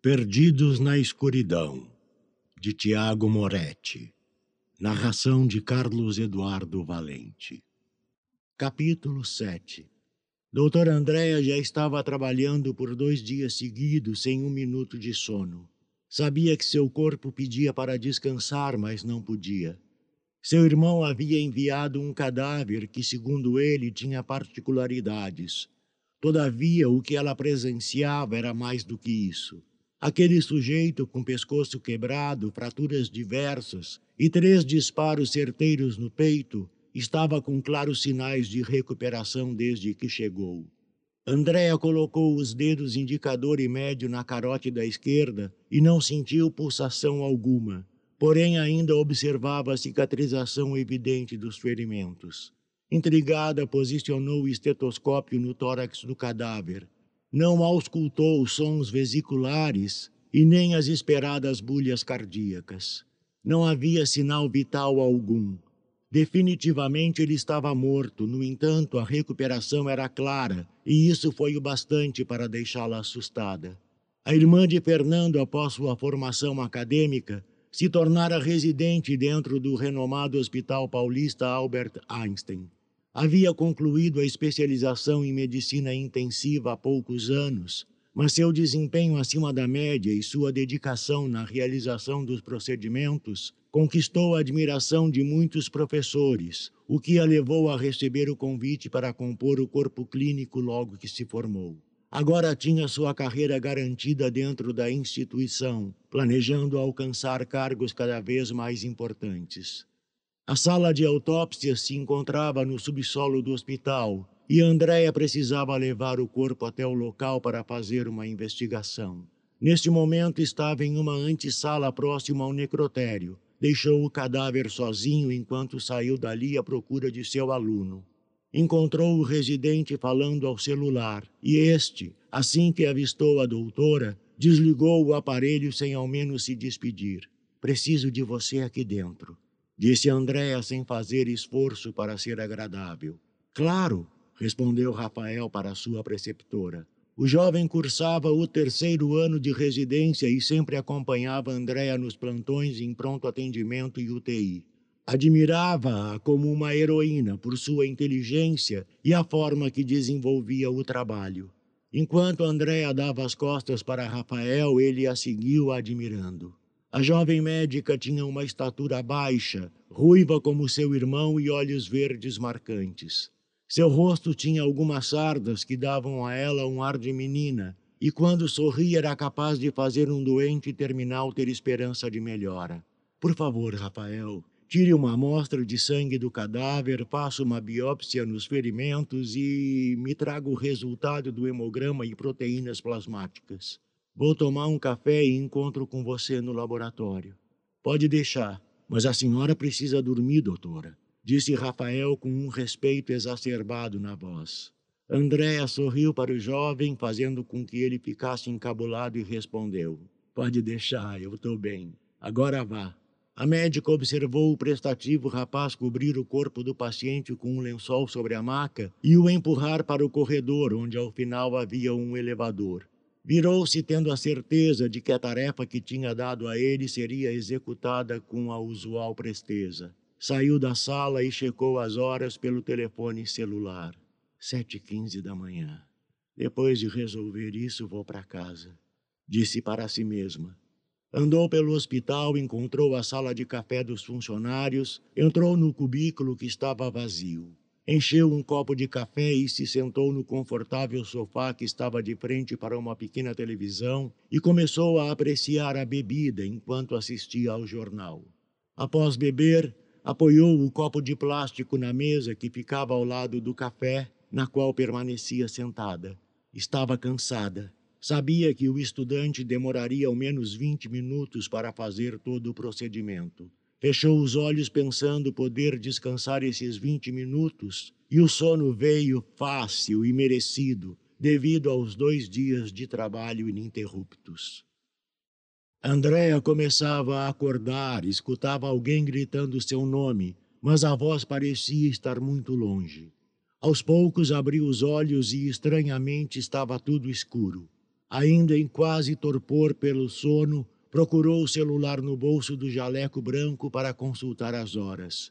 Perdidos na Escuridão, de Tiago Moretti. Narração de Carlos Eduardo Valente. Capítulo 7. Doutora Andréa já estava trabalhando por 2 dias seguidos sem 1 minuto de sono. Sabia que seu corpo pedia para descansar, mas não podia. Seu irmão havia enviado um cadáver que, segundo ele, tinha particularidades. Todavia, o que ela presenciava era mais do que isso. Aquele sujeito com pescoço quebrado, fraturas diversas e 3 disparos certeiros no peito, estava com claros sinais de recuperação desde que chegou. Andréa colocou os dedos indicador e médio na carótida esquerda e não sentiu pulsação alguma, porém ainda observava a cicatrização evidente dos ferimentos. Intrigada, posicionou o estetoscópio no tórax do cadáver. Não auscultou sons vesiculares e nem as esperadas bulhas cardíacas. Não havia sinal vital algum. Definitivamente ele estava morto, no entanto, a recuperação era clara, e isso foi o bastante para deixá-la assustada. A irmã de Fernando, após sua formação acadêmica, se tornara residente dentro do renomado Hospital Paulista Albert Einstein. Havia concluído a especialização em medicina intensiva há poucos anos, mas seu desempenho acima da média e sua dedicação na realização dos procedimentos conquistou a admiração de muitos professores, o que a levou a receber o convite para compor o corpo clínico logo que se formou. Agora tinha sua carreira garantida dentro da instituição, planejando alcançar cargos cada vez mais importantes. A sala de autópsia se encontrava no subsolo do hospital e Andréa precisava levar o corpo até o local para fazer uma investigação. Neste momento estava em uma antessala próxima ao necrotério. Deixou o cadáver sozinho enquanto saiu dali à procura de seu aluno. Encontrou o residente falando ao celular e este, assim que avistou a doutora, desligou o aparelho sem ao menos se despedir. "Preciso de você aqui dentro", disse Andréa sem fazer esforço para ser agradável. "Claro", respondeu Rafael para sua preceptora. O jovem cursava o 3º ano de residência e sempre acompanhava Andréa nos plantões em pronto atendimento e UTI. Admirava-a como uma heroína por sua inteligência e a forma que desenvolvia o trabalho. Enquanto Andréa dava as costas para Rafael, ele a seguiu admirando. A jovem médica tinha uma estatura baixa, ruiva como seu irmão e olhos verdes marcantes. Seu rosto tinha algumas sardas que davam a ela um ar de menina, e quando sorria era capaz de fazer um doente terminal ter esperança de melhora. "Por favor, Rafael, tire uma amostra de sangue do cadáver, faça uma biópsia nos ferimentos e me traga o resultado do hemograma e proteínas plasmáticas. Vou tomar um café e encontro com você no laboratório." "Pode deixar, mas a senhora precisa dormir, doutora", disse Rafael com um respeito exacerbado na voz. Andréa sorriu para o jovem, fazendo com que ele ficasse encabulado e respondeu: "Pode deixar, eu estou bem. Agora vá." A médica observou o prestativo rapaz cobrir o corpo do paciente com um lençol sobre a maca e o empurrar para o corredor, onde ao final havia um elevador. Virou-se tendo a certeza de que a tarefa que tinha dado a ele seria executada com a usual presteza. Saiu da sala e checou as horas pelo telefone celular. 7h15 da manhã. "Depois de resolver isso, vou para casa", disse para si mesma. Andou pelo hospital, encontrou a sala de café dos funcionários, entrou no cubículo que estava vazio. Encheu um copo de café e se sentou no confortável sofá que estava de frente para uma pequena televisão e começou a apreciar a bebida enquanto assistia ao jornal. Após beber, apoiou o copo de plástico na mesa que ficava ao lado do café, na qual permanecia sentada. Estava cansada. Sabia que o estudante demoraria ao menos 20 minutos para fazer todo o procedimento. Fechou os olhos pensando poder descansar esses 20 minutos e o sono veio fácil e merecido devido aos 2 dias de trabalho ininterruptos. Andréa começava a acordar, escutava alguém gritando seu nome, mas a voz parecia estar muito longe. Aos poucos abriu os olhos e estranhamente estava tudo escuro. Ainda em quase torpor pelo sono, procurou o celular no bolso do jaleco branco para consultar as horas.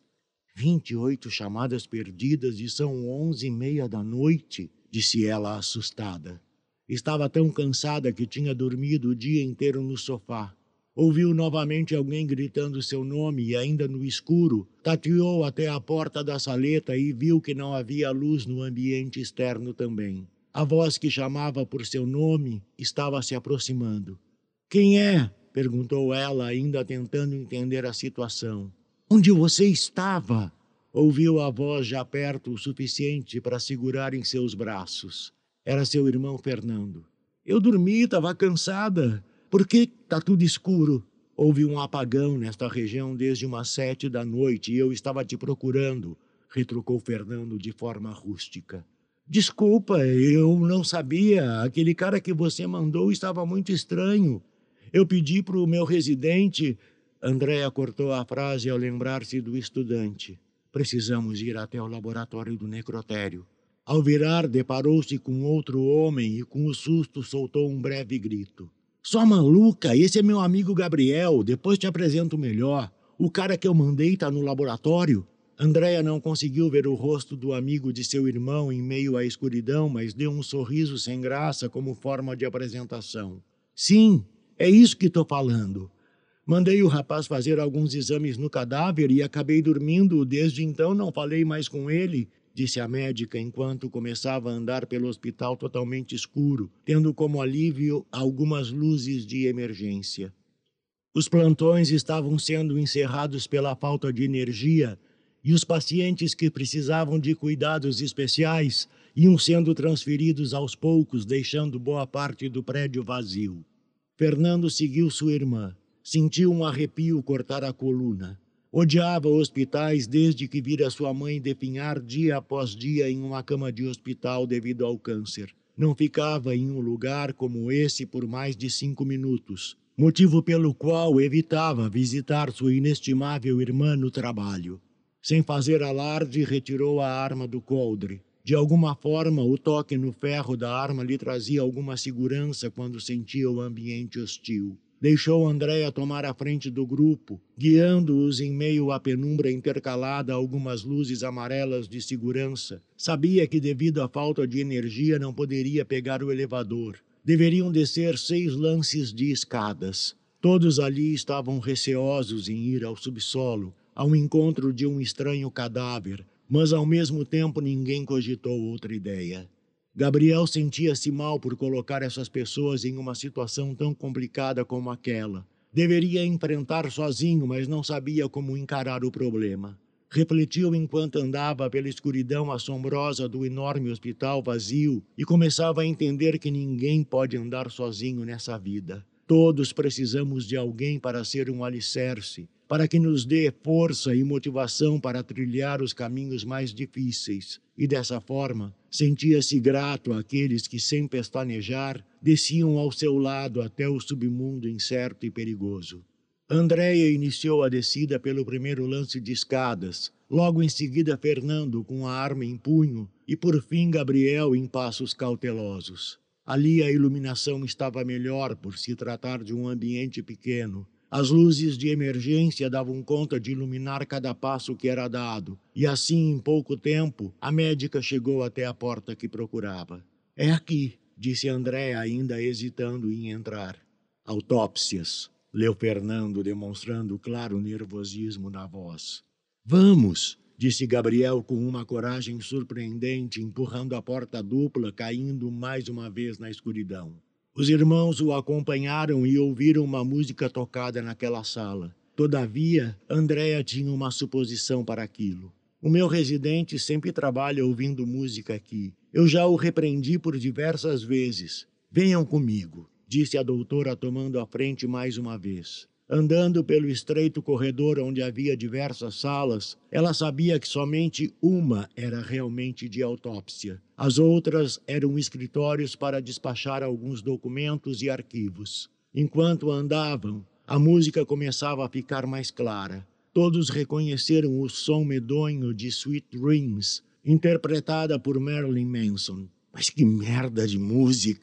28 chamadas perdidas e são 11h30 da noite, disse ela assustada. Estava tão cansada que tinha dormido o dia inteiro no sofá. Ouviu novamente alguém gritando seu nome e, ainda no escuro, tateou até a porta da saleta e viu que não havia luz no ambiente externo também. A voz que chamava por seu nome estava se aproximando. — Quem é? Perguntou ela, ainda tentando entender a situação. — Onde você estava? Ouviu a voz já perto o suficiente para segurar em seus braços. Era seu irmão Fernando. — Eu dormi, estava cansada. Por que está tudo escuro? Houve um apagão nesta região desde umas 7 da noite e eu estava te procurando, retrucou Fernando de forma rústica. Desculpa, eu não sabia. Aquele cara que você mandou estava muito estranho. Eu pedi para o meu residente... Andréa cortou a frase ao lembrar-se do estudante. Precisamos ir até o laboratório do necrotério. Ao virar, deparou-se com outro homem e com o susto soltou um breve grito. Só maluca, esse é meu amigo Gabriel, depois te apresento melhor. O cara que eu mandei está no laboratório. Andréa não conseguiu ver o rosto do amigo de seu irmão em meio à escuridão, mas deu um sorriso sem graça como forma de apresentação. Sim, é isso que estou falando. Mandei o rapaz fazer alguns exames no cadáver e acabei dormindo. Desde então não falei mais com ele, disse a médica enquanto começava a andar pelo hospital totalmente escuro, tendo como alívio algumas luzes de emergência. Os plantões estavam sendo encerrados pela falta de energia e os pacientes que precisavam de cuidados especiais iam sendo transferidos aos poucos, deixando boa parte do prédio vazio. Fernando seguiu sua irmã. Sentiu um arrepio cortar a coluna. Odiava hospitais desde que vira sua mãe definhar dia após dia em uma cama de hospital devido ao câncer. Não ficava em um lugar como esse por mais de 5 minutos, motivo pelo qual evitava visitar sua inestimável irmã no trabalho. Sem fazer alarde, retirou a arma do coldre. De alguma forma, o toque no ferro da arma lhe trazia alguma segurança quando sentia o ambiente hostil. Deixou Andréa tomar a frente do grupo, guiando-os em meio à penumbra intercalada a algumas luzes amarelas de segurança. Sabia que, devido à falta de energia, não poderia pegar o elevador. Deveriam descer 6 lances de escadas. Todos ali estavam receosos em ir ao subsolo, ao encontro de um estranho cadáver, mas ao mesmo tempo ninguém cogitou outra ideia. Gabriel sentia-se mal por colocar essas pessoas em uma situação tão complicada como aquela. Deveria enfrentar sozinho, mas não sabia como encarar o problema. Refletiu enquanto andava pela escuridão assombrosa do enorme hospital vazio e começava a entender que ninguém pode andar sozinho nessa vida. Todos precisamos de alguém para ser um alicerce, para que nos dê força e motivação para trilhar os caminhos mais difíceis. E dessa forma, sentia-se grato àqueles que, sem pestanejar, desciam ao seu lado até o submundo incerto e perigoso. Andréa iniciou a descida pelo primeiro lance de escadas, logo em seguida Fernando com a arma em punho e por fim Gabriel em passos cautelosos. Ali a iluminação estava melhor por se tratar de um ambiente pequeno. As luzes de emergência davam conta de iluminar cada passo que era dado, e assim, em pouco tempo, a médica chegou até a porta que procurava. — É aqui, disse Andréa, ainda hesitando em entrar. — Autópsias, leu Fernando, demonstrando claro nervosismo na voz. — Vamos, disse Gabriel com uma coragem surpreendente, empurrando a porta dupla, caindo mais uma vez na escuridão. Os irmãos o acompanharam e ouviram uma música tocada naquela sala. Todavia, Andréa tinha uma suposição para aquilo. O meu residente sempre trabalha ouvindo música aqui. Eu já o repreendi por diversas vezes. Venham comigo, disse a doutora tomando a frente mais uma vez. Andando pelo estreito corredor onde havia diversas salas, ela sabia que somente uma era realmente de autópsia. As outras eram escritórios para despachar alguns documentos e arquivos. Enquanto andavam, a música começava a ficar mais clara. Todos reconheceram o som medonho de Sweet Dreams, interpretada por Marilyn Manson. — Mas que merda de música!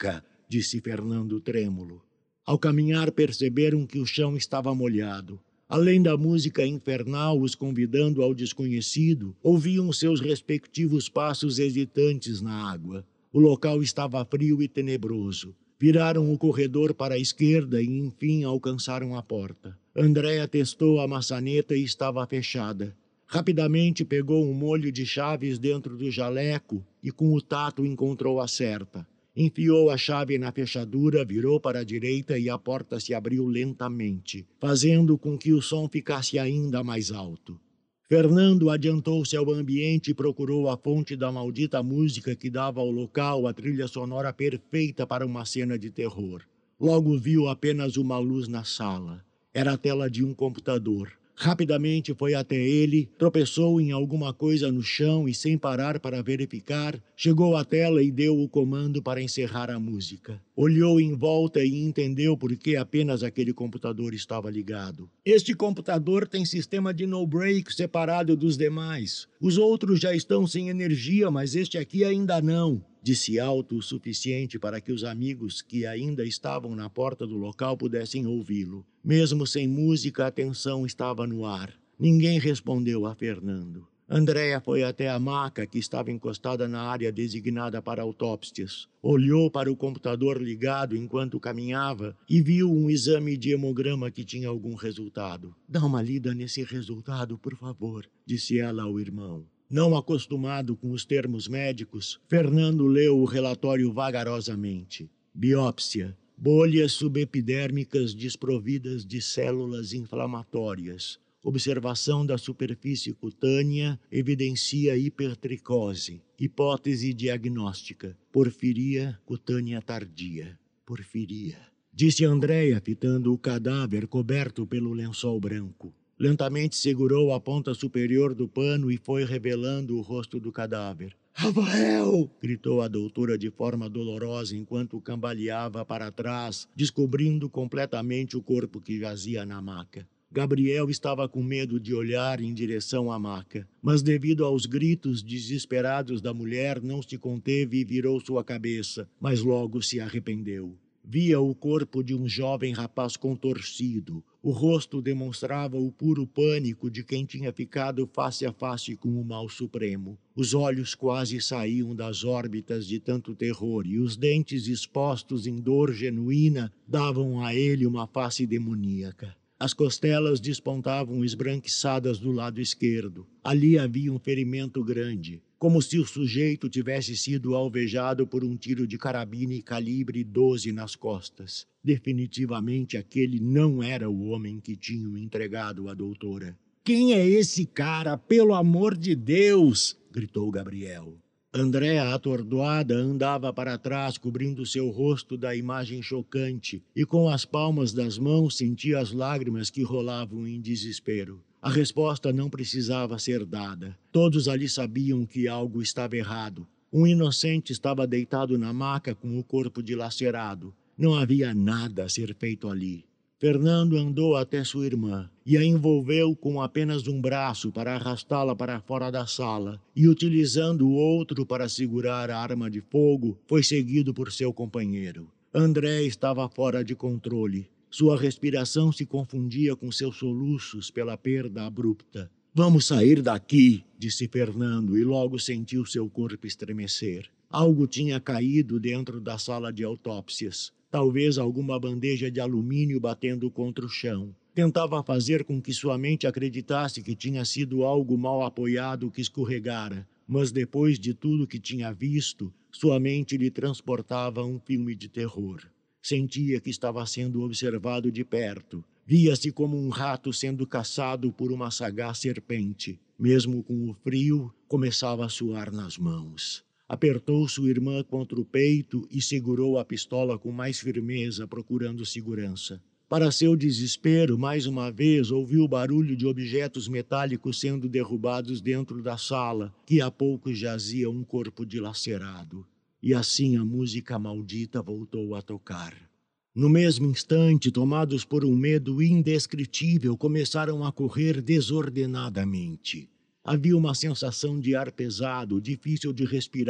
disse Fernando trêmulo. Ao caminhar perceberam que o chão estava molhado. Além da música infernal os convidando ao desconhecido, ouviam seus respectivos passos hesitantes na água. O local estava frio e tenebroso. Viraram o corredor para a esquerda e, enfim, alcançaram a porta. Andréa testou a maçaneta e estava fechada. Rapidamente pegou um molho de chaves dentro do jaleco e, com o tato, encontrou a certa. Enfiou a chave na fechadura, virou para a direita e a porta se abriu lentamente, fazendo com que o som ficasse ainda mais alto. Fernando adiantou-se ao ambiente e procurou a fonte da maldita música que dava ao local a trilha sonora perfeita para uma cena de terror. Logo viu apenas uma luz na sala. Era a tela de um computador. Rapidamente foi até ele, tropeçou em alguma coisa no chão e, sem parar para verificar, chegou à tela e deu o comando para encerrar a música. Olhou em volta e entendeu por que apenas aquele computador estava ligado. Este computador tem sistema de no-break separado dos demais. Os outros já estão sem energia, mas este aqui ainda não, disse alto o suficiente para que os amigos que ainda estavam na porta do local pudessem ouvi-lo. Mesmo sem música, a tensão estava no ar. Ninguém respondeu a Fernando. Andréa foi até a maca que estava encostada na área designada para autópsias. Olhou para o computador ligado enquanto caminhava e viu um exame de hemograma que tinha algum resultado. Dá uma lida nesse resultado, por favor, disse ela ao irmão. Não acostumado com os termos médicos, Fernando leu o relatório vagarosamente. Biópsia. Bolhas subepidérmicas desprovidas de células inflamatórias. Observação da superfície cutânea evidencia hipertricose. Hipótese diagnóstica. Porfiria cutânea tardia. Porfiria. Disse Andréa, fitando o cadáver coberto pelo lençol branco. Lentamente segurou a ponta superior do pano e foi revelando o rosto do cadáver. Rafael! Gritou a doutora de forma dolorosa enquanto cambaleava para trás, descobrindo completamente o corpo que jazia na maca. Gabriel estava com medo de olhar em direção à maca, mas devido aos gritos desesperados da mulher não se conteve e virou sua cabeça, mas logo se arrependeu. Via o corpo de um jovem rapaz contorcido. O rosto demonstrava o puro pânico de quem tinha ficado face a face com o mal supremo. Os olhos quase saíam das órbitas de tanto terror e os dentes expostos em dor genuína davam a ele uma face demoníaca. As costelas despontavam esbranquiçadas do lado esquerdo. Ali havia um ferimento grande, como se o sujeito tivesse sido alvejado por um tiro de carabine calibre 12 nas costas. Definitivamente aquele não era o homem que tinham entregado à doutora. Quem é esse cara, pelo amor de Deus? Gritou Gabriel. Andréa, atordoada, andava para trás, cobrindo seu rosto da imagem chocante, e com as palmas das mãos sentia as lágrimas que rolavam em desespero. A resposta não precisava ser dada. Todos ali sabiam que algo estava errado. Um inocente estava deitado na maca com o corpo dilacerado. Não havia nada a ser feito ali. Fernando andou até sua irmã e a envolveu com apenas um braço para arrastá-la para fora da sala e, utilizando o outro para segurar a arma de fogo, foi seguido por seu companheiro. André estava fora de controle. Sua respiração se confundia com seus soluços pela perda abrupta. Vamos sair daqui, disse Fernando, e logo sentiu seu corpo estremecer. Algo tinha caído dentro da sala de autópsias. Talvez alguma bandeja de alumínio batendo contra o chão. Tentava fazer com que sua mente acreditasse que tinha sido algo mal apoiado que escorregara, mas depois de tudo que tinha visto, sua mente lhe transportava um filme de terror. Sentia que estava sendo observado de perto. Via-se como um rato sendo caçado por uma sagaz serpente. Mesmo com o frio, começava a suar nas mãos. Apertou sua irmã contra o peito e segurou a pistola com mais firmeza, procurando segurança. Para seu desespero, mais uma vez, ouviu o barulho de objetos metálicos sendo derrubados dentro da sala, que há pouco jazia um corpo dilacerado. E assim a música maldita voltou a tocar. No mesmo instante, tomados por um medo indescritível, começaram a correr desordenadamente. Havia uma sensação de ar pesado, difícil de respirar.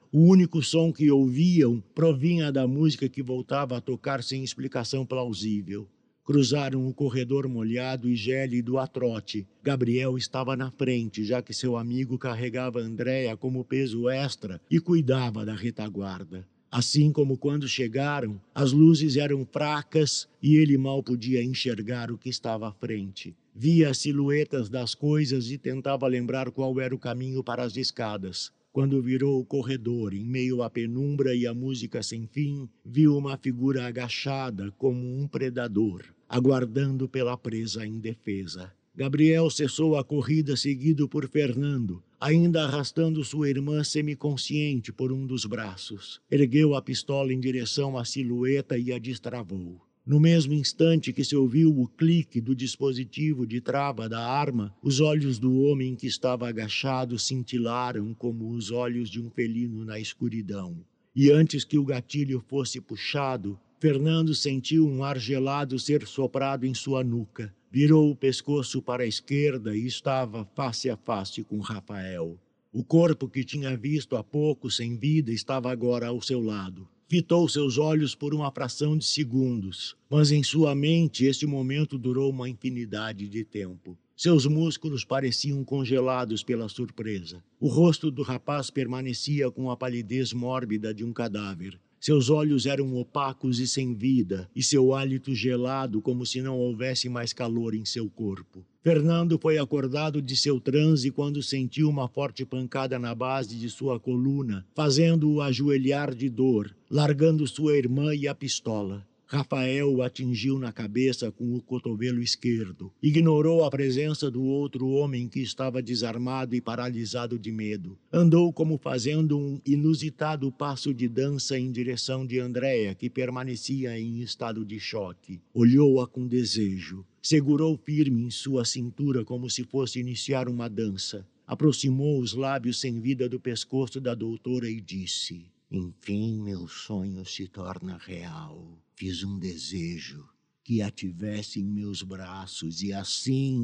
O único som que ouviam provinha da música que voltava a tocar sem explicação plausível. Cruzaram o corredor molhado e gélido a trote. Gabriel estava na frente, já que seu amigo carregava Andréia como peso extra e cuidava da retaguarda. Assim como quando chegaram, as luzes eram fracas e ele mal podia enxergar o que estava à frente. Via as silhuetas das coisas e tentava lembrar qual era o caminho para as escadas. Quando virou o corredor, em meio à penumbra e à música sem fim, viu uma figura agachada como um predador, aguardando pela presa indefesa. Gabriel cessou a corrida seguido por Fernando, ainda arrastando sua irmã semiconsciente por um dos braços. Ergueu a pistola em direção à silhueta e a destravou. No mesmo instante que se ouviu o clique do dispositivo de trava da arma, os olhos do homem que estava agachado cintilaram como os olhos de um felino na escuridão. E antes que o gatilho fosse puxado, Fernando sentiu um ar gelado ser soprado em sua nuca. Virou o pescoço para a esquerda e estava face a face com Rafael. O corpo que tinha visto há pouco sem vida estava agora ao seu lado. Fitou seus olhos por uma fração de segundos, mas em sua mente este momento durou uma infinidade de tempo. Seus músculos pareciam congelados pela surpresa. O rosto do rapaz permanecia com a palidez mórbida de um cadáver. Seus olhos eram opacos e sem vida, e seu hálito gelado como se não houvesse mais calor em seu corpo. Fernando foi acordado de seu transe quando sentiu uma forte pancada na base de sua coluna, fazendo-o ajoelhar de dor, largando sua irmã e a pistola. Rafael o atingiu na cabeça com o cotovelo esquerdo. Ignorou a presença do outro homem que estava desarmado e paralisado de medo. Andou como fazendo um inusitado passo de dança em direção de Andréia, que permanecia em estado de choque. Olhou-a com desejo. Segurou firme em sua cintura como se fosse iniciar uma dança. Aproximou os lábios sem vida do pescoço da doutora e disse: "Enfim, meu sonho se torna real. Fiz um desejo, que a tivesse em meus braços, e assim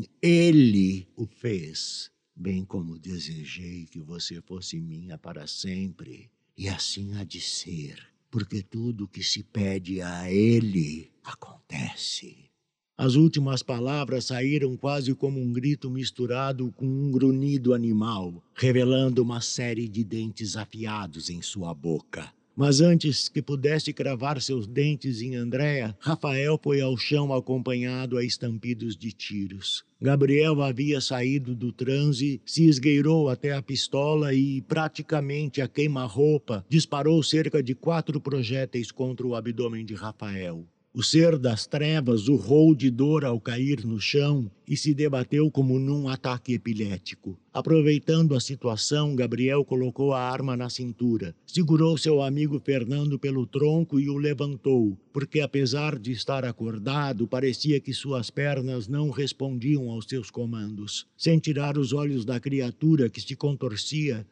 ele o fez. Bem como desejei que você fosse minha para sempre. E assim há de ser, porque tudo o que se pede a ele acontece." As últimas palavras saíram quase como um grito misturado com um grunhido animal, revelando uma série de dentes afiados em sua boca. Mas antes que pudesse cravar seus dentes em Andréia, Rafael foi ao chão acompanhado a estampidos de tiros. Gabriel havia saído do transe, se esgueirou até a pistola e, praticamente a queima-roupa, disparou cerca de 4 projéteis contra o abdômen de Rafael. O ser das trevas urrou de dor ao cair no chão e se debateu como num ataque epilético. Aproveitando a situação, Gabriel colocou a arma na cintura, segurou seu amigo Fernando pelo tronco e o levantou, porque apesar de estar acordado, parecia que suas pernas não respondiam aos seus comandos. Sem tirar os olhos da criatura que se contorcia,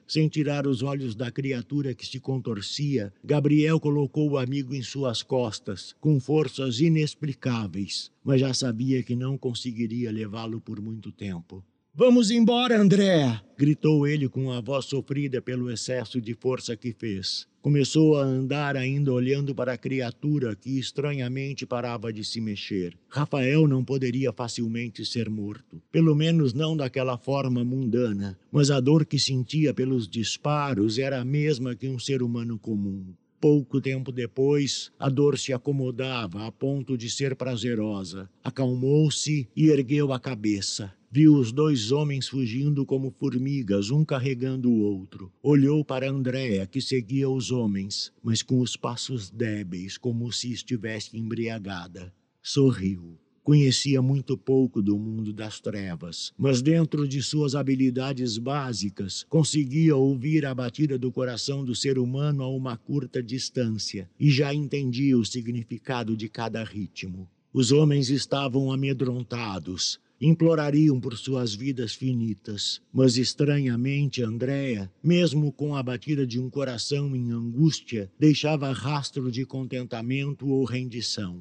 Gabriel colocou o amigo em suas costas, com forças inexplicáveis, mas já sabia que não conseguiria levá-lo por muito tempo. "Vamos embora, André!" gritou ele com a voz sofrida pelo excesso de força que fez. Começou a andar ainda olhando para a criatura que estranhamente parava de se mexer. Rafael não poderia facilmente ser morto, pelo menos não daquela forma mundana, mas a dor que sentia pelos disparos era a mesma que um ser humano comum. Pouco tempo depois, a dor se acomodava a ponto de ser prazerosa. Acalmou-se e ergueu a cabeça. Viu os 2 homens fugindo como formigas, um carregando o outro. Olhou para Andréia, que seguia os homens, mas com os passos débeis, como se estivesse embriagada. Sorriu. Conhecia muito pouco do mundo das trevas, mas dentro de suas habilidades básicas, conseguia ouvir a batida do coração do ser humano a uma curta distância e já entendia o significado de cada ritmo. Os homens estavam amedrontados, implorariam por suas vidas finitas, mas estranhamente Andréia, mesmo com a batida de um coração em angústia, deixava rastro de contentamento ou rendição.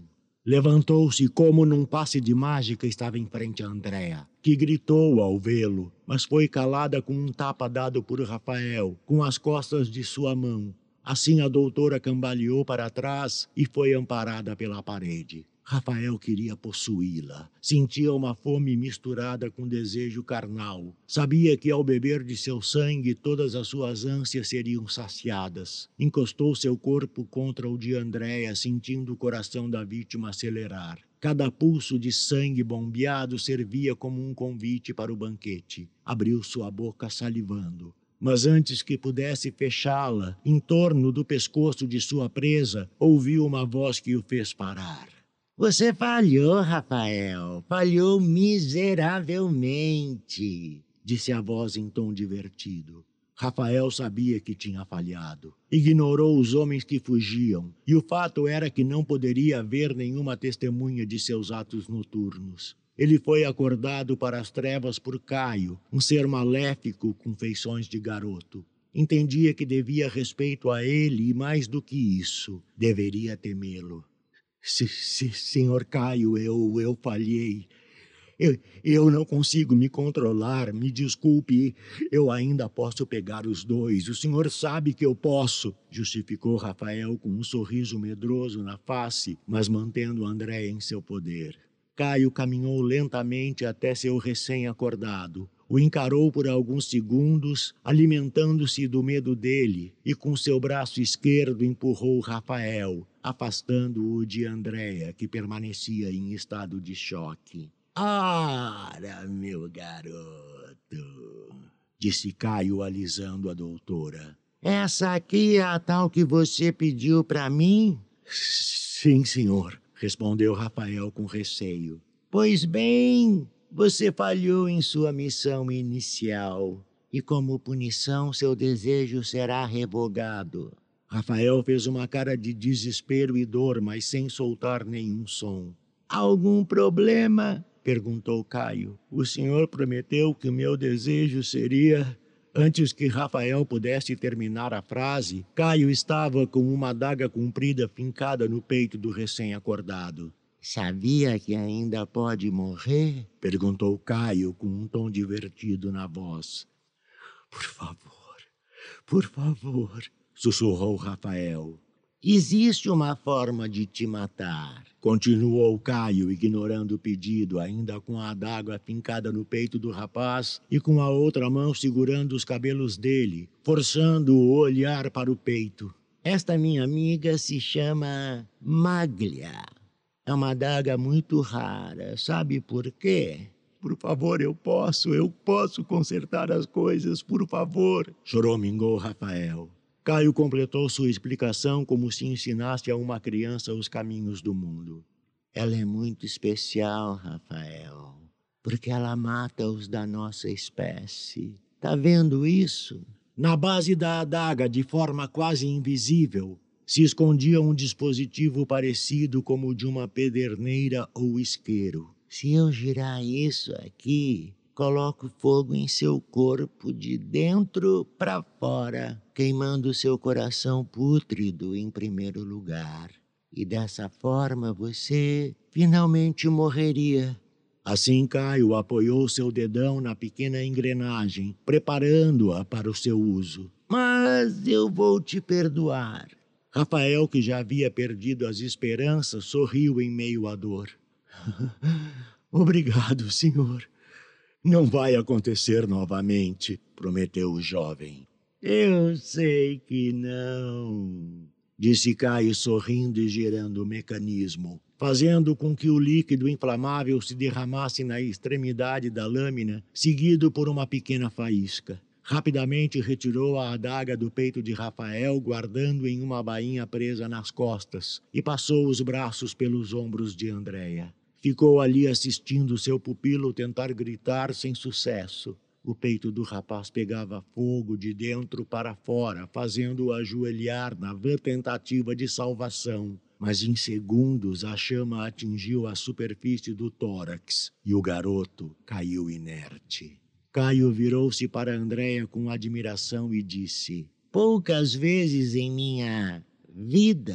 Levantou-se como num passe de mágica estava em frente a Andréa, que gritou ao vê-lo, mas foi calada com um tapa dado por Rafael, com as costas de sua mão. Assim a doutora cambaleou para trás e foi amparada pela parede. Rafael queria possuí-la. Sentia uma fome misturada com desejo carnal. Sabia que ao beber de seu sangue todas as suas ânsias seriam saciadas. Encostou seu corpo contra o de Andréa, sentindo o coração da vítima acelerar. Cada pulso de sangue bombeado servia como um convite para o banquete. Abriu sua boca salivando. Mas antes que pudesse fechá-la, em torno do pescoço de sua presa, ouviu uma voz que o fez parar. Você falhou, Rafael. Falhou miseravelmente, disse a voz em tom divertido. Rafael sabia que tinha falhado. Ignorou os homens que fugiam, e o fato era que não poderia haver nenhuma testemunha de seus atos noturnos. Ele foi acordado para as trevas por Caio, um ser maléfico com feições de garoto. Entendia que devia respeito a ele e, mais do que isso, deveria temê-lo. Senhor Caio, eu falhei. Eu não consigo me controlar, me desculpe, eu ainda posso pegar os dois. O senhor sabe que eu posso, justificou Rafael com um sorriso medroso na face, mas mantendo André em seu poder. Caio caminhou lentamente até seu recém-acordado. O encarou por alguns segundos, alimentando-se do medo dele, e com seu braço esquerdo empurrou Rafael, afastando-o de Andréa, que permanecia em estado de choque. Ora, meu garoto, disse Caio alisando a doutora. Essa aqui é a tal que você pediu para mim? Sim, senhor, respondeu Rafael com receio. Pois bem, você falhou em sua missão inicial e como punição seu desejo será revogado. Rafael fez uma cara de desespero e dor, mas sem soltar nenhum som. Algum problema? Perguntou Caio. O senhor prometeu que o meu desejo seria... Antes que Rafael pudesse terminar a frase, Caio estava com uma adaga comprida fincada no peito do recém-acordado. Sabia que ainda pode morrer? Perguntou Caio com um tom divertido na voz. Por favor, sussurrou Rafael. Existe uma forma de te matar, continuou Caio, ignorando o pedido, ainda com a adaga fincada no peito do rapaz e com a outra mão segurando os cabelos dele, forçando o olhar para o peito. Esta minha amiga se chama Maglia. É uma adaga muito rara, sabe por quê? Por favor, eu posso consertar as coisas, por favor, choramingou Rafael. Caio completou sua explicação como se ensinasse a uma criança os caminhos do mundo. Ela é muito especial, Rafael, porque ela mata os da nossa espécie. Tá vendo isso? Na base da adaga, de forma quase invisível, se escondia um dispositivo parecido como o de uma pederneira ou isqueiro. Se eu girar isso aqui, coloco fogo em seu corpo de dentro para fora, queimando seu coração pútrido em primeiro lugar. E dessa forma você finalmente morreria. Assim Caio apoiou seu dedão na pequena engrenagem, preparando-a para o seu uso. Mas eu vou te perdoar. Rafael, que já havia perdido as esperanças, sorriu em meio à dor. Obrigado, senhor. Não vai acontecer novamente, prometeu o jovem. Eu sei que não, disse Caio sorrindo e girando o mecanismo, fazendo com que o líquido inflamável se derramasse na extremidade da lâmina, seguido por uma pequena faísca. Rapidamente retirou a adaga do peito de Rafael, guardando em uma bainha presa nas costas, e passou os braços pelos ombros de Andréa. Ficou ali assistindo seu pupilo tentar gritar sem sucesso. O peito do rapaz pegava fogo de dentro para fora, fazendo-o ajoelhar na vã tentativa de salvação. Mas em segundos a chama atingiu a superfície do tórax e o garoto caiu inerte. Caio virou-se para Andréa com admiração e disse: poucas vezes em minha vida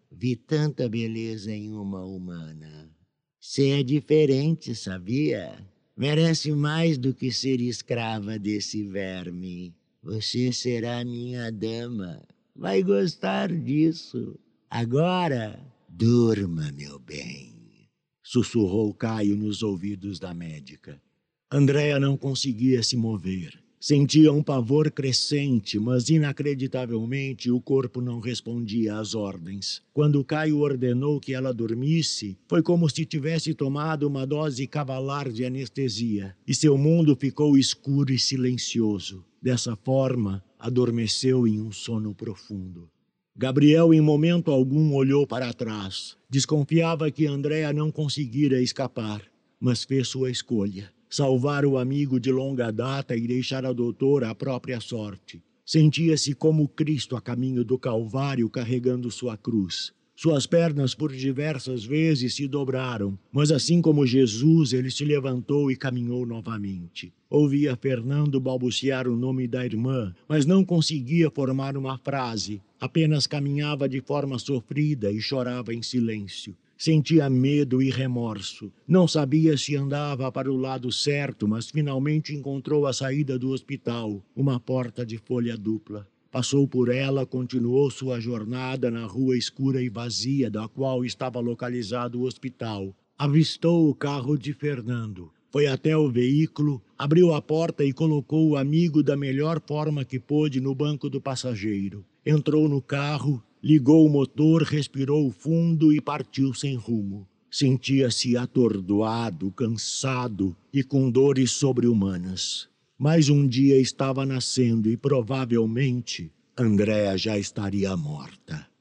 Vi tanta beleza em uma humana. Você é diferente, sabia? Merece mais do que ser escrava desse verme. Você será minha dama. Vai gostar disso. Agora, durma, meu bem. Sussurrou Caio nos ouvidos da médica. Andréa não conseguia se mover. Sentia um pavor crescente, mas inacreditavelmente o corpo não respondia às ordens. Quando Caio ordenou que ela dormisse, foi como se tivesse tomado uma dose cavalar de anestesia, e seu mundo ficou escuro e silencioso. Dessa forma, adormeceu em um sono profundo. Gabriel, em momento algum, olhou para trás. Desconfiava que Andréa não conseguira escapar, mas fez sua escolha. Salvar o amigo de longa data e deixar a doutora à própria sorte. Sentia-se como Cristo a caminho do Calvário carregando sua cruz. Suas pernas por diversas vezes se dobraram, mas assim como Jesus, ele se levantou e caminhou novamente. Ouvia Fernando balbuciar o nome da irmã, mas não conseguia formar uma frase. Apenas caminhava de forma sofrida e chorava em silêncio. Sentia medo e remorso. Não sabia se andava para o lado certo, mas finalmente encontrou a saída do hospital, uma porta de folha dupla. Passou por ela, continuou sua jornada na rua escura e vazia da qual estava localizado o hospital. Avistou o carro de Fernando. Foi até o veículo, abriu a porta e colocou o amigo da melhor forma que pôde no banco do passageiro. Entrou no carro, ligou o motor, respirou fundo e partiu sem rumo. Sentia-se atordoado, cansado e com dores sobre-humanas. Mais um dia estava nascendo e provavelmente Andréa já estaria morta.